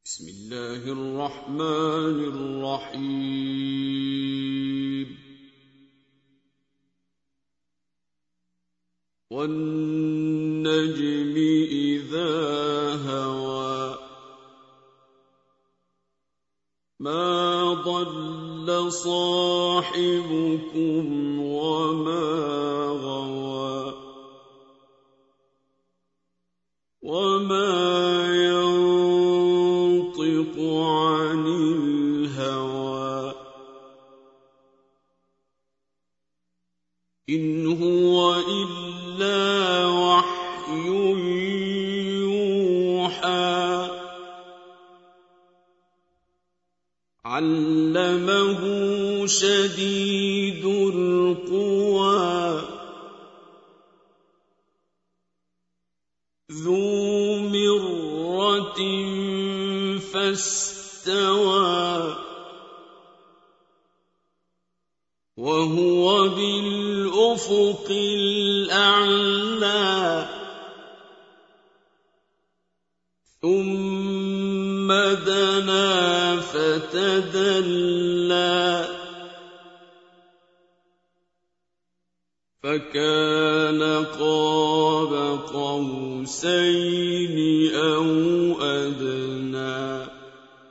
بسم الله الرحمن الرحيم والنجم إذا هوى ما ضل صاحبكم وما غوى وما ينطق عن الهوى إن هو إلا وحي يوحى علمه شديد القوى ذو مرة فاستوى وهو بالأفق الأعلى ثم دنا فتدلى فكان قاب قوسين أو أدنى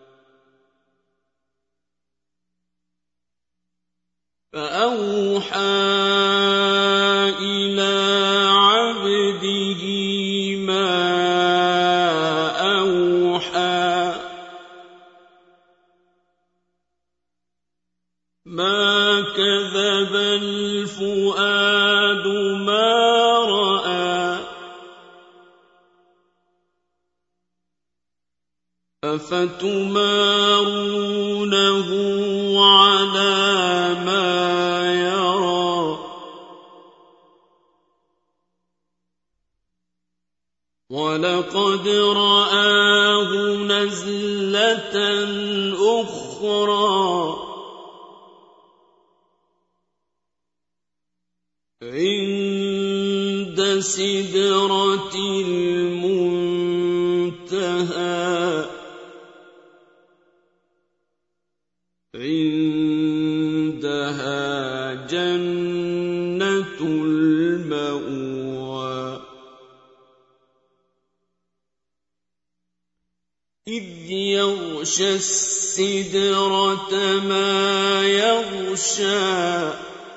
فأوحى إلى عبده ما أوحى ما كذب الفؤاد ما رأى أفتمارونه على ما يرى ولقد رآه نزلة أخرى عند سدرة المنتهى عندها جنة المأوى إذ يغشى السدرة ما يغشى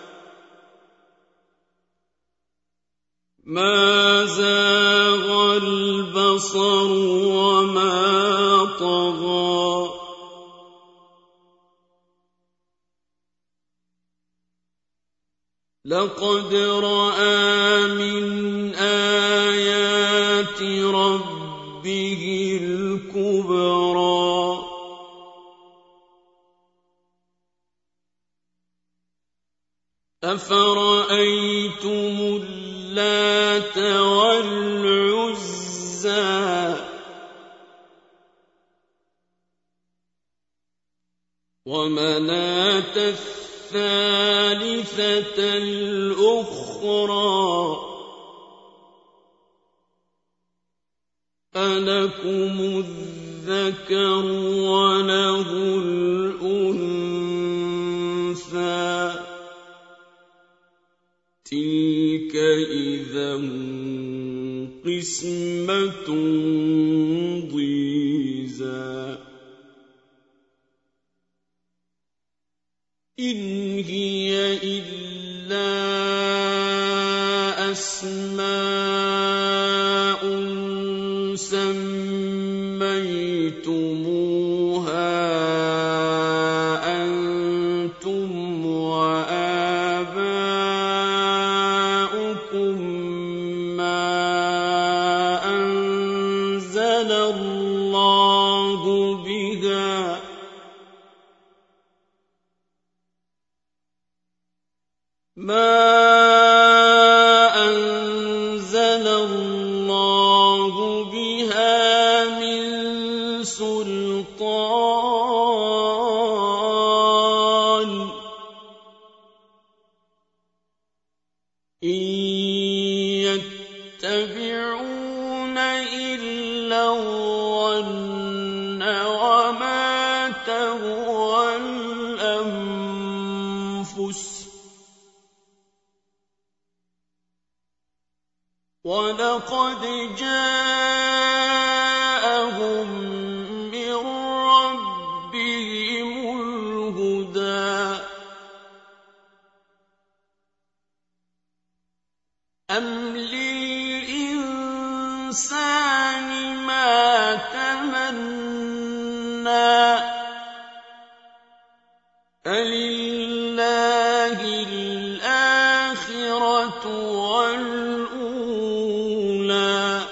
ما زاغ البصر وما طغى لقد رأى من آيات ربه الكبرى أفرأيتم اللات والعزى ومناة الثالثة الأخرى ألكم الذكر وله الأنثى تلك إذا قسمة ضيزى إن هي إلا أسماء سميتموها أنتم وآباؤكم ما أنزل الله بها من سلطان إن يتبعون إلا الظن وما تهوى الأنفس ولقد جاءهم من ربهم الهدى أم للإنسان ما تمنى فلله الآخرة والأولى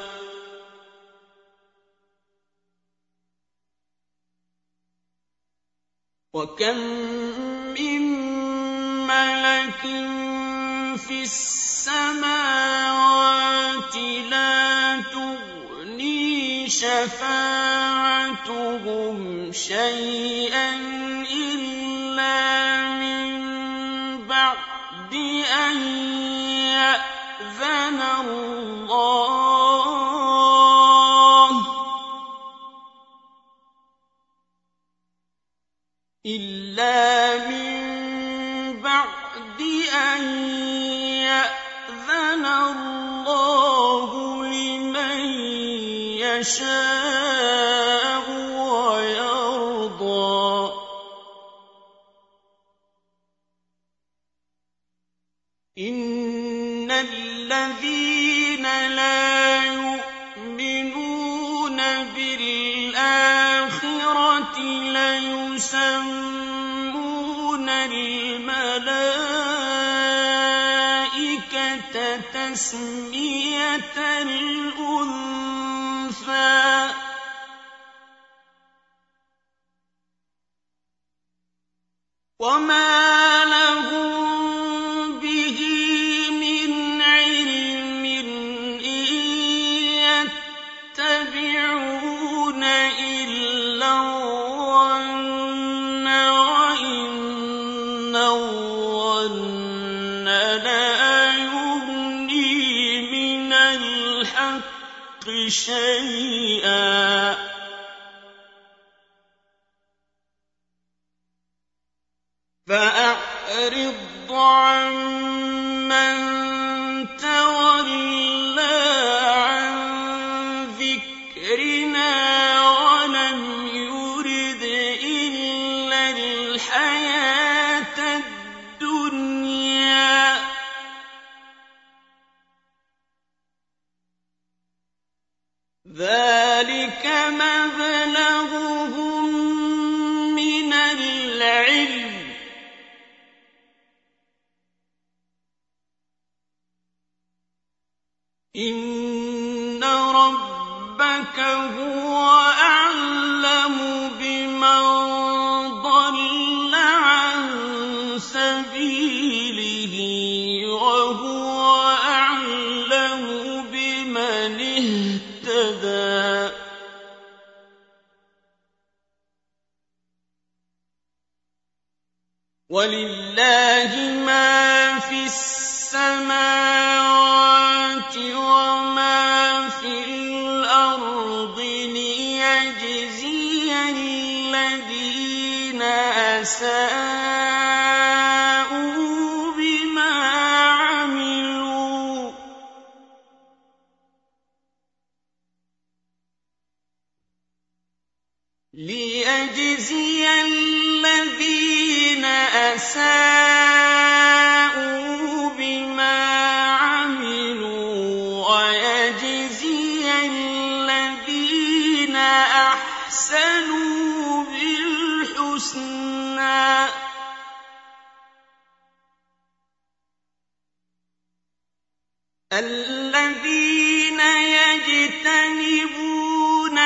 وكم من ملك في السماوات لا تغني شفاعتهم شيئا إلا من بعد أن يأذن الله لمن يشاء ويرضى إن الذين لا يؤمنون بالآخرة ليسمون الملائكة تسمية الأنثى وما لهم به من علم إن يتبعون إلا الظن وإن الظن لا يغني من الحق شيئا فأعرض عمن تولى عن ذكرنا ولم يرد إلا الحياة الدنيا ذلك مبلغهم من العلم إن ربك هو أعلم بمن ضل عن سبيله وهو أعلم بمن اهتدى ولله ما في السماوات وما في الأرض ليجزي الذين أساءوا بما عملوا ويجزي الذين أحسنوا بالحسنى الذين يجتنبون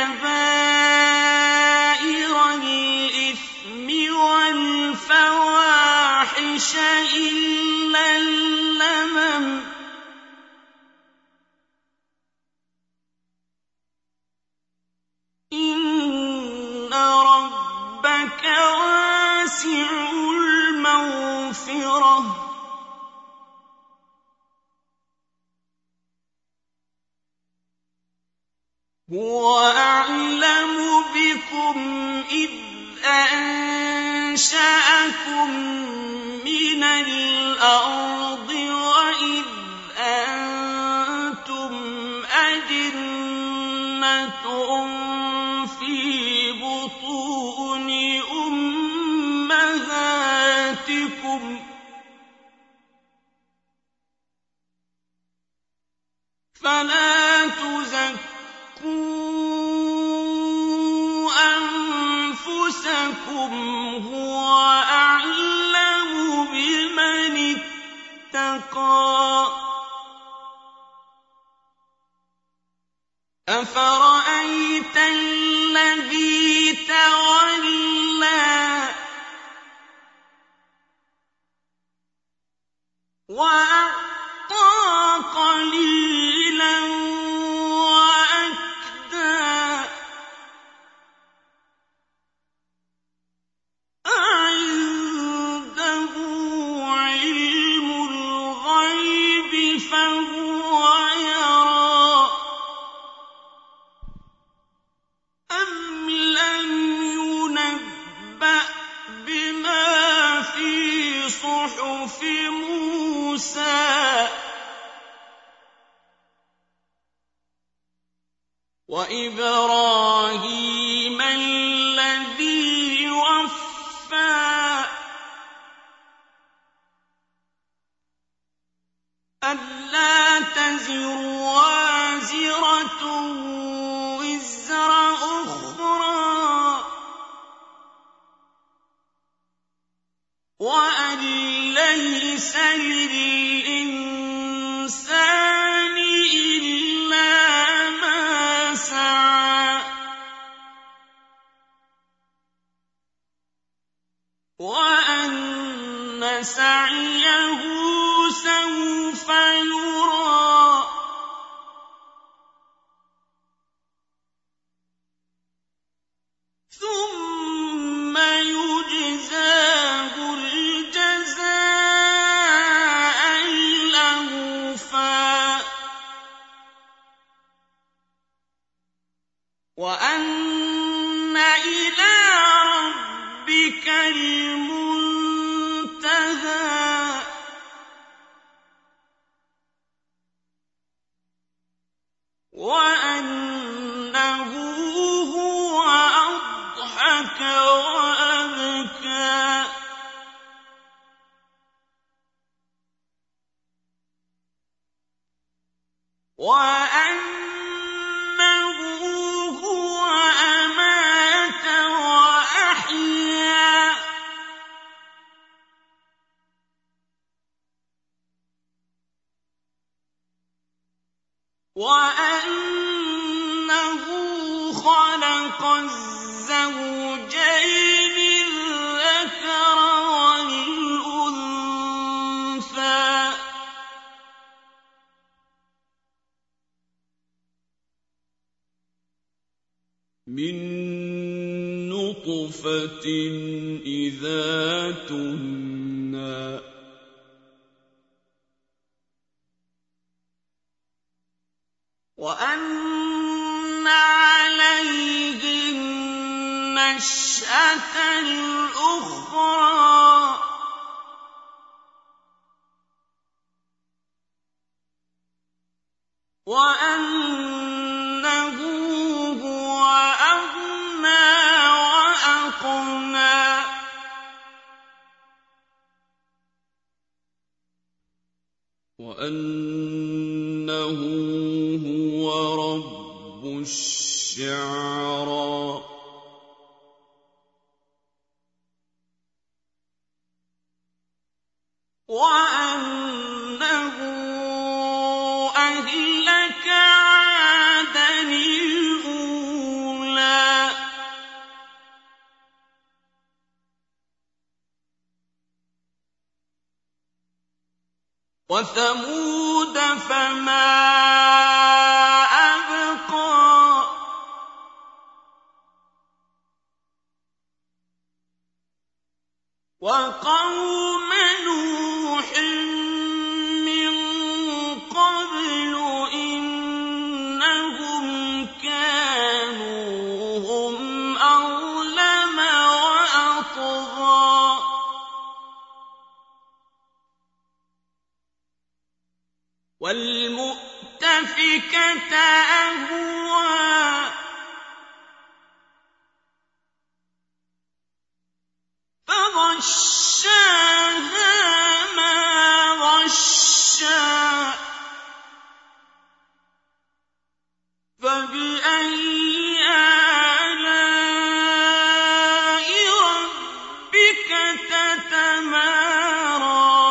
كبائر الإثم والفواحش إلا اللمم إن ربك واسع المغفرة هو أعلم بكم أنشأكم من الأرض وإذ أنتم أجنة في بطون أمهاتكم فلا تزكوا أنفسكم هو أعلم بمن اتقى أفرأيت الذي تولى وأعطى قليلا وأكدى أعنده علم الغيب فهو يرى أم لم ينبأ بما في صحف موسى وإبراهيم الذي وفى ألا تزر وازرة وزر أخرى وأن ليس للإنسان إلا ما سعى وأن سعيه سوف يرى ثم يجزاه الجزاء الأوفى وأن إلى ربك المنتهى وأنه هو أضحك وأبكى وأنه هو أمات وأحيا وأنه خلق الزوجين الذكر والأنثى من نطفة إذا تمنى وأن عليه النشأة الأخرى وأنه هو أغنى وأقنى وأنه هو رب الشعرى وأنه أهلك عادا الأولى وثمود فما أبقى وقوم نوح من قبل إنهم كانوا هم أظلم وأطغى وَالْمُؤْتَفِكَةَ أَهْوَىٰ فَغَشَّاهَا مَا غَشَّىٰ فَبِأَيِّ آلَاءِ رَبِّكَ تَتَمَارَىٰ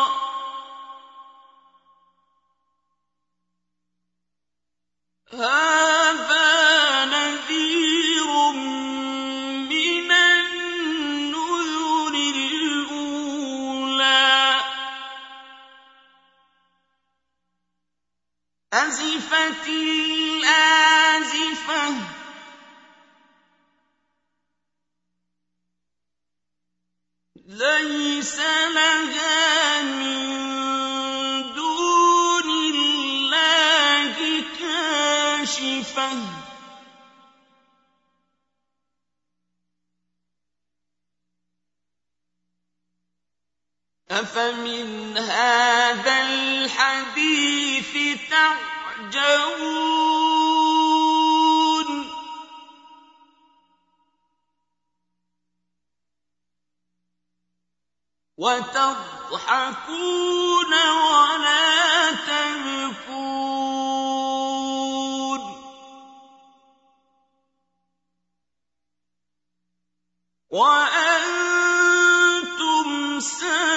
هَٰذَا نَذِيرٌ مِّنَ النُّذُرِ الْأُولَىٰ أَزِفَتِ الْآزِفَةُ لَيْسَ لَهَا مِن دُونِ اللَّهِ كَاشِفَةٌ أَفَمِنْ هَٰذَا الْحَدِيثِ تَعْجَبُونَ وَتَضْحَكُونَ وَلَا تَبْكُونَ وَأَنتُمْ سَامِدُونَ